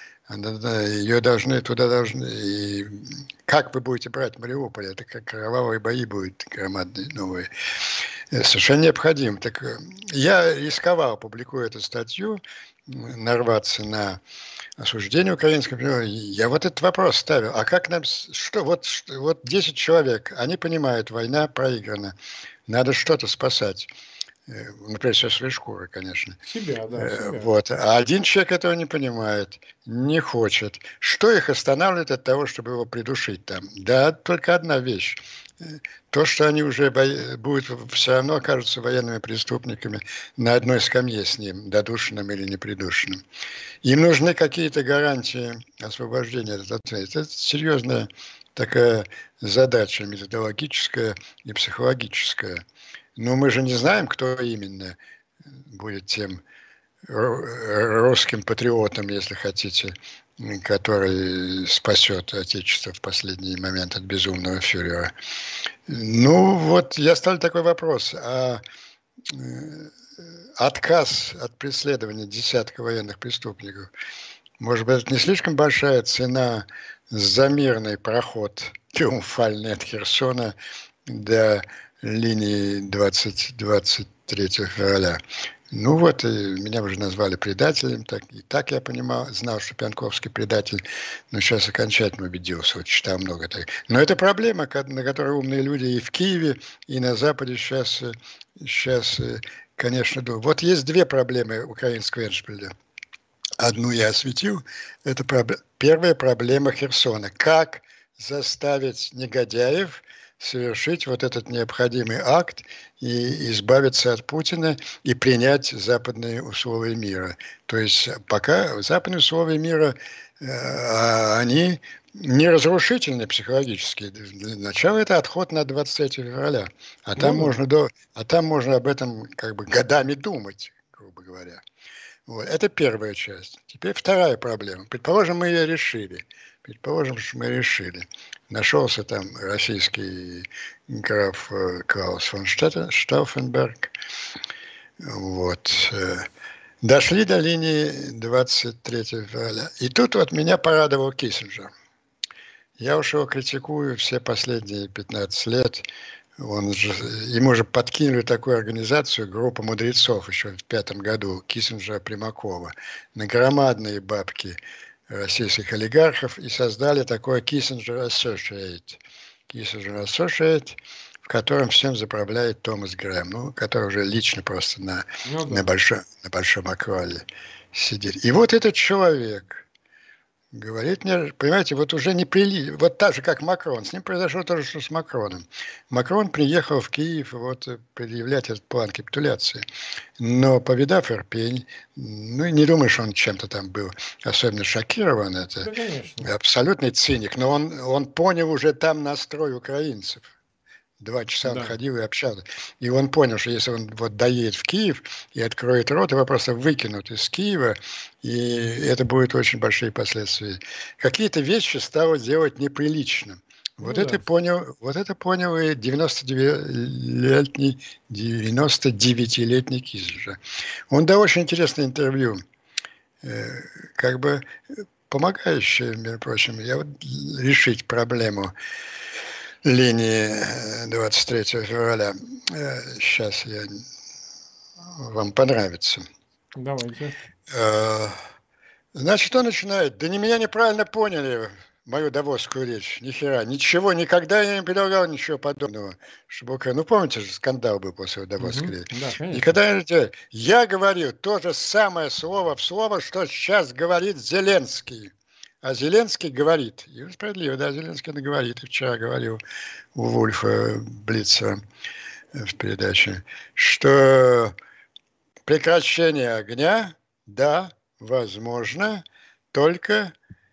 Ее туда должны. И как вы будете брать Мариуполь? Это как кровавые бои будут громадные, новые. Совершенно необходимо. Так я рисковал, публикуя эту статью, нарваться на осуждение украинского. Я вот этот вопрос ставил. А как нам... Вот 10 человек, они понимают, война проиграна. Надо что-то спасать. Например, все свои шкуры, конечно. Себя, да. Себя. Вот. А один человек этого не понимает, не хочет. Что их останавливает от того, чтобы его придушить там? Да, только одна вещь. То, что они уже будут все равно окажутся военными преступниками на одной скамье с ним, додушенным или непридушенным. Им нужны какие-то гарантии освобождения. Это серьезная такая задача методологическая и психологическая. Но мы же не знаем, кто именно будет тем русским патриотом, если хотите, который спасет Отечество в последний момент от безумного фюрера. Вот я ставлю такой вопрос. А отказ от преследования десятка военных преступников, может быть, это не слишком большая цена за мирный проход триумфальный от Херсона до линии 23 февраля. Ну вот, меня уже назвали предателем, так я понимал, знал, что Пьянковский предатель, но сейчас окончательно убедился, вот читал много так. Но это проблема, на которую умные люди и в Киеве, и на Западе сейчас конечно, думают. Вот есть две проблемы украинского эндшпиля. Одну я осветил, это первая проблема Херсона. Как заставить негодяев совершить вот этот необходимый акт и избавиться от Путина и принять западные условия мира. То есть пока западные условия мира, они не разрушительны психологически. Для начала это отход на 23 февраля. А там можно об этом как бы годами думать, грубо говоря. Вот. Это первая часть. Теперь вторая проблема. Предположим, мы ее решили. Нашелся там российский граф Клаус фон Штауфенберг. Вот. Дошли до линии 23 февраля. И тут вот меня порадовал Киссинджер. Я уж его критикую все последние 15 лет. Ему же подкинули такую организацию, группа мудрецов еще в 2005 году, Киссинджера, Примакова, на громадные бабки российских олигархов и создали такое Kissinger Associate, в котором всем заправляет Томас Грэм, который уже лично просто на большом оквале сидит. И вот этот человек говорит мне, понимаете, вот уже вот так же, как Макрон. С ним произошло то же, что с Макроном. Макрон приехал в Киев предъявлять этот план капитуляции. Но, повидав Ирпень, и не думаю, что он чем-то там был особенно шокирован. Это абсолютный циник. Но он понял уже там настрой украинцев. 2 часа он ходил и общался. И он понял, что если он вот доедет в Киев и откроет рот, его просто выкинут из Киева, и это будет очень большие последствия. Какие-то вещи стало делать неприлично. Вот это понял и 99-летний Киссинджер. Он дал очень интересное интервью, как бы помогающее, между прочим, решить проблему линии 23 февраля. Сейчас вам понравится. Давайте. Значит, он начинает. Да меня неправильно поняли, мою давосскую речь. Ни хера. Ничего, никогда я не предлагал ничего подобного. Чтобы помните же, скандал был после давосской речи. Да, и когда я говорю то же самое слово в слово, что сейчас говорит Зеленский. А Зеленский говорит, и справедливо, да, Зеленский говорит, и вчера говорил у Вульфа Блица в передаче, что прекращение огня, да, возможно, только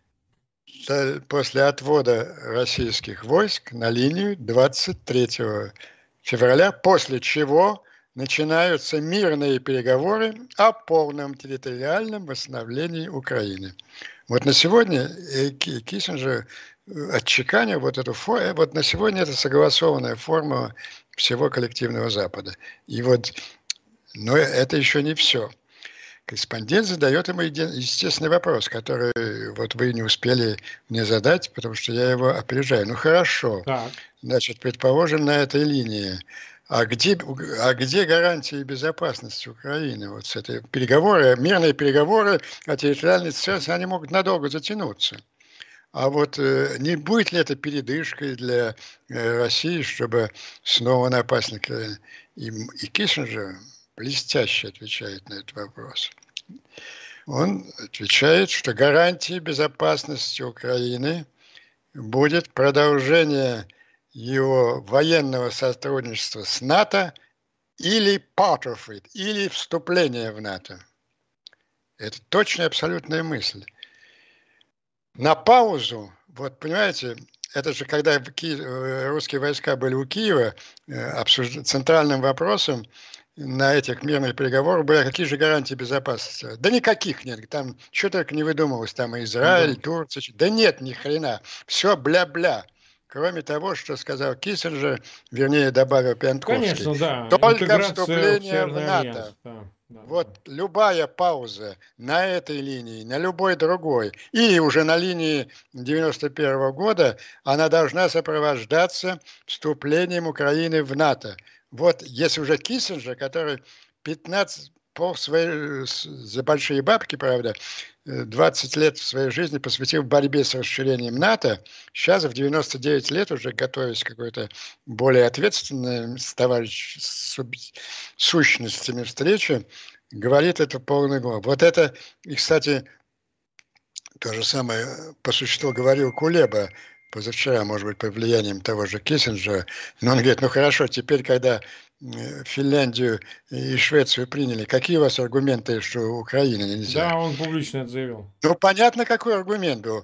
после отвода российских войск на линию 23 февраля, после чего начинаются мирные переговоры о полном территориальном восстановлении Украины. Вот на сегодня Киссинджер отчеканил вот эту форму, вот на сегодня это согласованная формула всего коллективного Запада. Но это еще не все. Корреспондент задает ему естественный вопрос, который вот вы не успели мне задать, потому что я его опережаю. Ну хорошо, значит, предположим, на этой линии. А где гарантии безопасности Украины? Вот с этой мирные переговоры о территориальной целостности, они могут надолго затянуться. А вот не будет ли это передышкой для России, чтобы снова напасть на Украину? И Киссинджер блестяще отвечает на этот вопрос. Он отвечает, что гарантией безопасности Украины будет продолжение его военного сотрудничества с НАТО или part of it, или вступление в НАТО. Это точная абсолютная мысль. На паузу, вот понимаете, это же когда русские войска были у Киева, центральным вопросом на этих мирных переговорах были, какие же гарантии безопасности? Да никаких нет, там что только не выдумывалось, там Израиль, Турция, да нет ни хрена, все бля-бля. кроме того, что сказал Киссинджер, вернее, добавил Пиантковский. Конечно, да. Только вступление в НАТО. Альянс. Да, вот любая пауза на этой линии, на любой другой, и уже на линии 91 года, она должна сопровождаться вступлением Украины в НАТО. Вот если уже Киссинджер, который 15 за большие бабки, правда, 20 лет в своей жизни посвятил борьбе с расширением НАТО, сейчас в 99 лет уже готовясь к какой-то более ответственной с товарищ сущностями встречи, говорит это полный год. Вот это, и, кстати, то же самое по существу говорил Кулеба позавчера, может быть, под влиянием того же Киссинджера. Но он говорит, ну хорошо, теперь, когда Финляндию и Швецию приняли, какие у вас аргументы, что Украина нельзя? Да, он публично это заявил. Ну, понятно, какой аргумент был.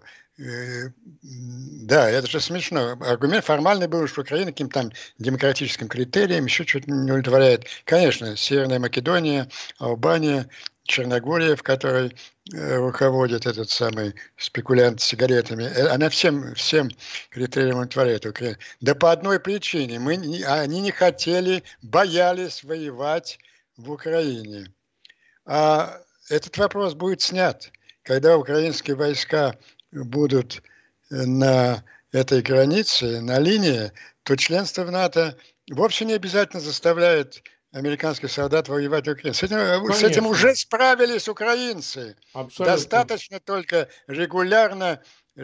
Да, это же смешно. Аргумент формальный был, что Украина каким-то там демократическим критериям еще что-то не удовлетворяет. Конечно, Северная Македония, Албания, Черногория, в которой руководит этот самый спекулянт с сигаретами, она всем критериям удовлетворяет Украину. Да по одной причине. Они не хотели, боялись воевать в Украине. А этот вопрос будет снят, когда украинские войска будут на этой границе, на линии, то членство в НАТО вовсе не обязательно заставляет американских солдат воевать в Украине. С этим уже справились украинцы. Абсолютно. Достаточно только регулярно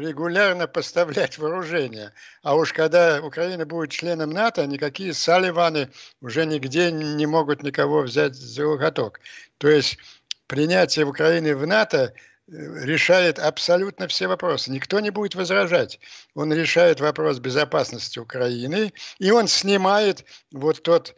поставлять вооружение. А уж когда Украина будет членом НАТО, никакие Салливаны уже нигде не могут никого взять за локоток. То есть принятие Украины в НАТО решает абсолютно все вопросы. Никто не будет возражать. Он решает вопрос безопасности Украины, и он снимает вот тот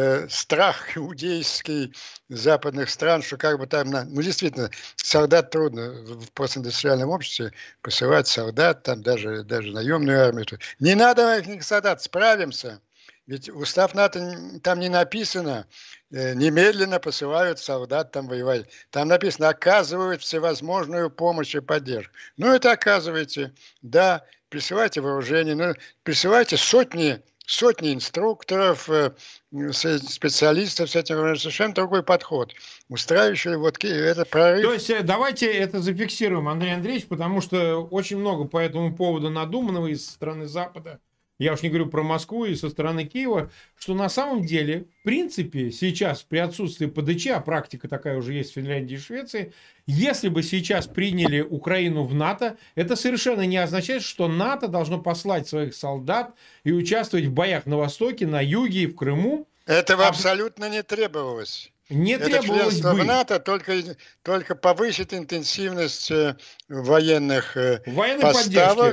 страх иудейский западных стран, что как бы там, ну действительно, солдат трудно в постиндустриальном обществе посылать солдат, там даже наемную армию. Не надо этих солдат, справимся. Ведь устав НАТО там не написано, немедленно посылают солдат там воевать. Там написано, оказывают всевозможную помощь и поддержку. Ну, это оказываете, да, присылайте вооружение, ну, присылайте сотни инструкторов, специалистов с этим, совершенно другой подход, устраивающий вот этот прорыв. То есть давайте это зафиксируем, Андрей Андреевич, потому что очень много по этому поводу надуманного из страны Запада. Я уж не говорю про Москву и со стороны Киева, что на самом деле, в принципе, сейчас при отсутствии ПДЧ, а практика такая уже есть в Финляндии и Швеции, если бы сейчас приняли Украину в НАТО, это совершенно не означает, что НАТО должно послать своих солдат и участвовать в боях на Востоке, на Юге и в Крыму. Этого абсолютно не требовалось. Не требовалось членство в НАТО только повысит интенсивность военных поставок.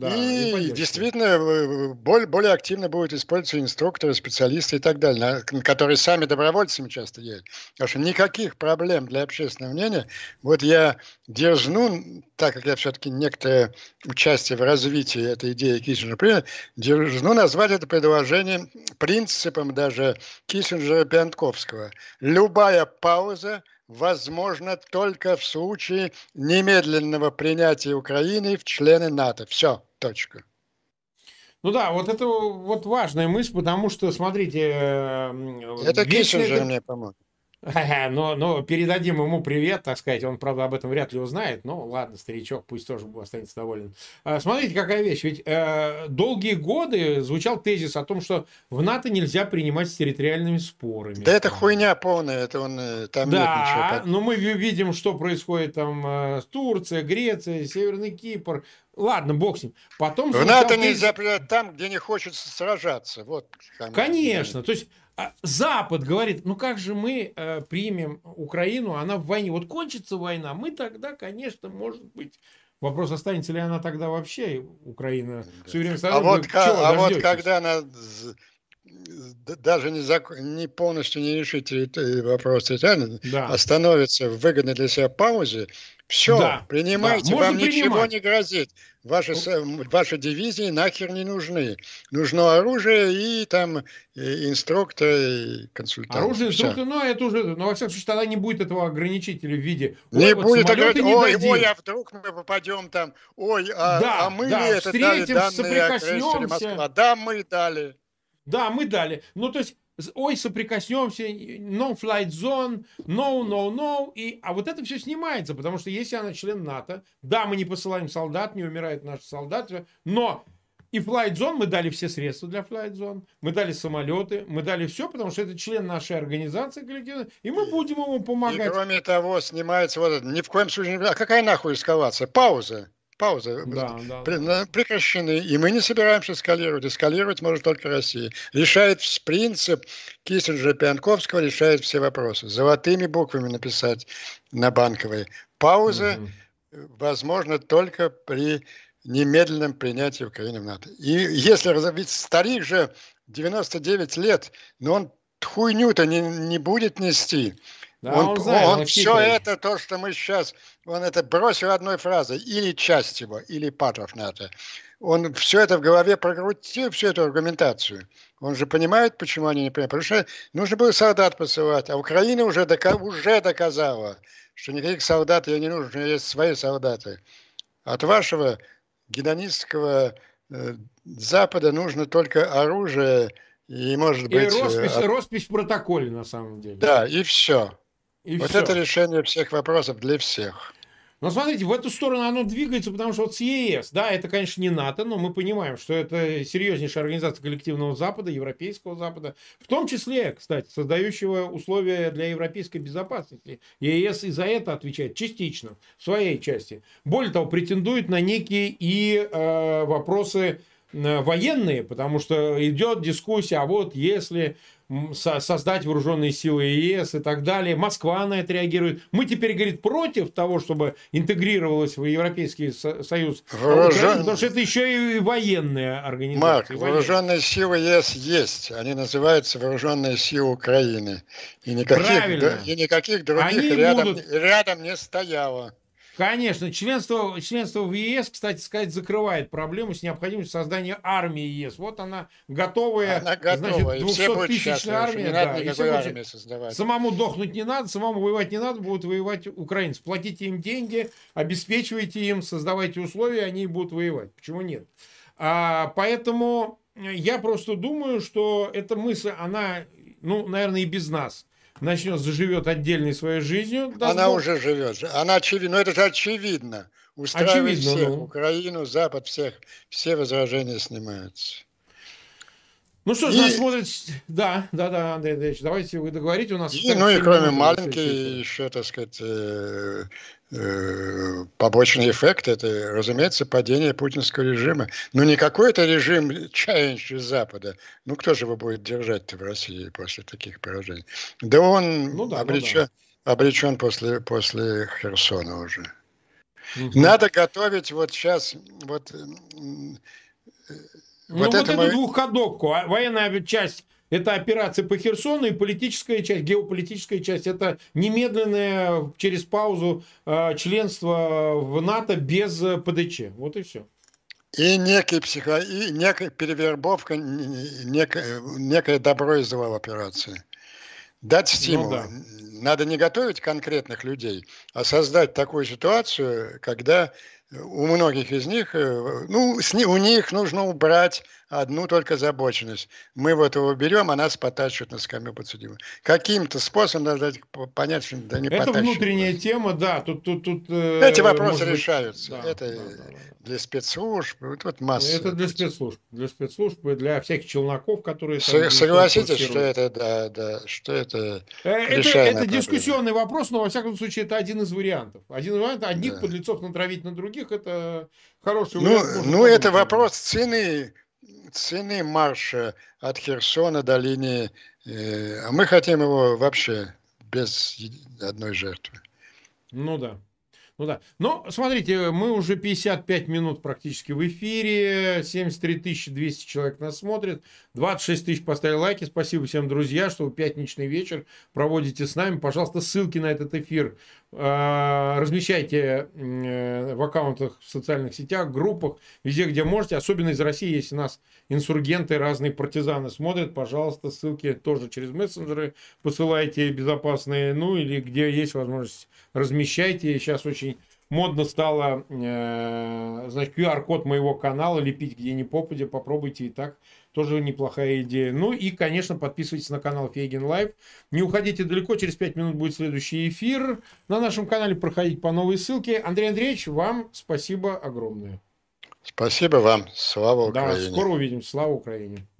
И действительно более активно будут использоваться инструкторы, специалисты и так далее, которые сами добровольцами часто едут. Потому что никаких проблем для общественного мнения. Вот я дерзну, так как я все-таки некоторое участие в развитии этой идеи Киссинджера принял, дерзну назвать это предложение принципом даже Киссинджера Пиантковского. Любая пауза возможна только в случае немедленного принятия Украины в члены НАТО. Все, точка. Ну да, вот это вот важная мысль, потому что, смотрите... Это Киссинджер мне помог. Но передадим ему привет, так сказать. Он, правда, об этом вряд ли узнает. Но ладно, старичок, пусть тоже останется доволен. Смотрите, какая вещь. Ведь долгие годы звучал тезис о том, что в НАТО нельзя принимать с территориальными спорами. Да это хуйня полная. Это там нет ничего. Да, но мы видим, что происходит там с Турцией, Грецией, Северный Кипр. Ладно, бог с ним. Потом в НАТО нельзя принять там, где не хочется сражаться. Вот. Конечно. То есть Запад говорит, ну как же мы примем Украину, она в войне. Вот кончится война, мы тогда, конечно, может быть... Вопрос, останется ли она тогда вообще, Украина, суверенной страной. Вот когда она даже не полностью не решит вопрос территориально, остановится в выгодной для себя паузе, Все, Да, да, принимайте, можно вам ничего принимать. не грозит. Ваши дивизии нахер не нужны. Нужно оружие и там инструкторы, и консультанты. Оружие, Все. инструкторы, но это уже, но во всяком случае, тогда не будет этого ограничителя в виде, ой, Не вот будет говорить, самолеты не ой, дадим. а вдруг мы попадем там, ой, а Да, мы ли да, это дали встретимся, данные о крейсере соприкоснемся. Москва? Да, мы дали. Да, мы дали. Ну, то есть, ой, соприкоснемся, no flight zone, no, no, no. А вот это все снимается, потому что если она член НАТО, да, мы не посылаем солдат, не умирают наши солдаты, но и flight zone мы дали все средства для flight zone, мы дали самолеты, мы дали все, потому что это член нашей организации коллективной, и мы будем ему И помогать. кроме того, снимается вот это, ни в коем случае, а какая нахуй эскалация? Пауза. Пауза. Да, да, да. Прекращены. И мы не собираемся эскалировать. Эскалировать может только Россия. Решает принцип Киссинджера и Пианковского, решает все вопросы. Золотыми буквами написать на Банковой. Пауза возможна только при немедленном принятии Украины в НАТО. И если ведь старик же 99 лет, но он хуйню-то не будет нести. Да, он знает, он он все хитрый. это, то, что мы сейчас, он это бросил одной фразой, или часть его, или part of НАТО. Он все это в голове прокрутил, всю эту аргументацию. Он же понимает, почему они не понимают. Потому что нужно было солдат посылать, а Украина уже доказала, что никаких солдат ей не нужно, у нее есть свои солдаты. От вашего гедонистского Запада нужно только оружие и, может И быть... роспись в протоколе, на самом деле. Да, и все. И Вот все. это решение всех вопросов для всех. Но смотрите, в эту сторону оно двигается, потому что вот с ЕС, да, это, конечно, не НАТО, но мы понимаем, что это серьезнейшая организация коллективного Запада, Европейского Запада, в том числе, кстати, создающего условия для европейской безопасности. ЕС и за это отвечает частично, в своей части. Более того, претендует на некие и вопросы военные, потому что идет дискуссия, а вот если создать вооруженные силы ЕС и так далее. Москва на это реагирует. Мы теперь, говорит, против того, чтобы интегрировалась в Европейский Союз, потому что это еще и военная организация. Марк, вооруженные силы ЕС есть. Они называются вооруженные силы Украины. И никаких других рядом не стояло. Конечно, членство в ЕС, кстати сказать, закрывает проблему с необходимостью создания армии ЕС. Вот она готовая, значит, 200-тысячная армия. Да, и все создавать. Самому дохнуть не надо, самому воевать не надо, будут воевать украинцы. Платите им деньги, обеспечивайте им, создавайте условия, они будут воевать. Почему нет? Поэтому я просто думаю, что эта мысль, она, ну, наверное, и без нас заживет отдельной своей жизнью. Она уже живет. Она очевидна. Но это же очевидно. Устраивает всех. Ну. Украину, Запад, всех. Все возражения снимаются. Ну что ж, нас смотрит... Да, Андрей Андреевич, давайте вы договорите. У нас и кроме маленький еще, так сказать, побочный эффект, это, разумеется, падение путинского режима. Ну, не какой-то режим чаянщий из Запада. Ну, кто же его будет держать-то в России после таких поражений? Да он обречен после Херсона уже. Надо готовить вот сейчас... Вот эту двухходовку. Военная часть — это операция по Херсону, и политическая часть, геополитическая часть — это немедленное через паузу членство в НАТО без ПДЧ. Вот и все. И некая перевербовка, некое добро и зло в операции. Дать стимул. Ну, да. Надо не готовить конкретных людей, а создать такую ситуацию, когда у многих из них, у них нужно убрать одну только озабоченность. Мы вот его берем, а нас потащат на скамью подсудимых. Каким-то способом надо понять, что да не это потащат. внутренняя тема, да. Тут эти вопросы решаются. Да, это для спецслужб. Вот масса. Это для спецслужб. Для спецслужб и для всяких челноков, которые... Согласитесь, что это, что это это дискуссионный вопрос, но во всяком случае это один из вариантов. Один вариант, одних подлецов натравить на других, это хороший вариант. Это вопрос цены марша от Херсона до линии, а мы хотим его вообще без одной жертвы. Ну да. Но, смотрите, мы уже 55 минут практически в эфире, 73 200 человек нас смотрят, 26 тысяч поставили лайки. Спасибо всем, друзья, что вы пятничный вечер проводите с нами. Пожалуйста, ссылки на этот эфир Размещайте в аккаунтах, в социальных сетях, группах, везде, где можете. Особенно из России, если нас инсургенты, разные партизаны смотрят, пожалуйста, ссылки тоже через мессенджеры посылайте безопасные. Ну, или где есть возможность, размещайте. Сейчас очень модно стало, значит, QR-код моего канала лепить где ни попадя. Попробуйте и так. Тоже неплохая идея. Ну и, конечно, подписывайтесь на канал Фейгин Лайв. Не уходите далеко, через 5 минут будет следующий эфир. На нашем канале проходить по новой ссылке. Андрей Андреевич, вам спасибо огромное. Спасибо вам. Слава Да, Украине. скоро увидимся. Слава Украине.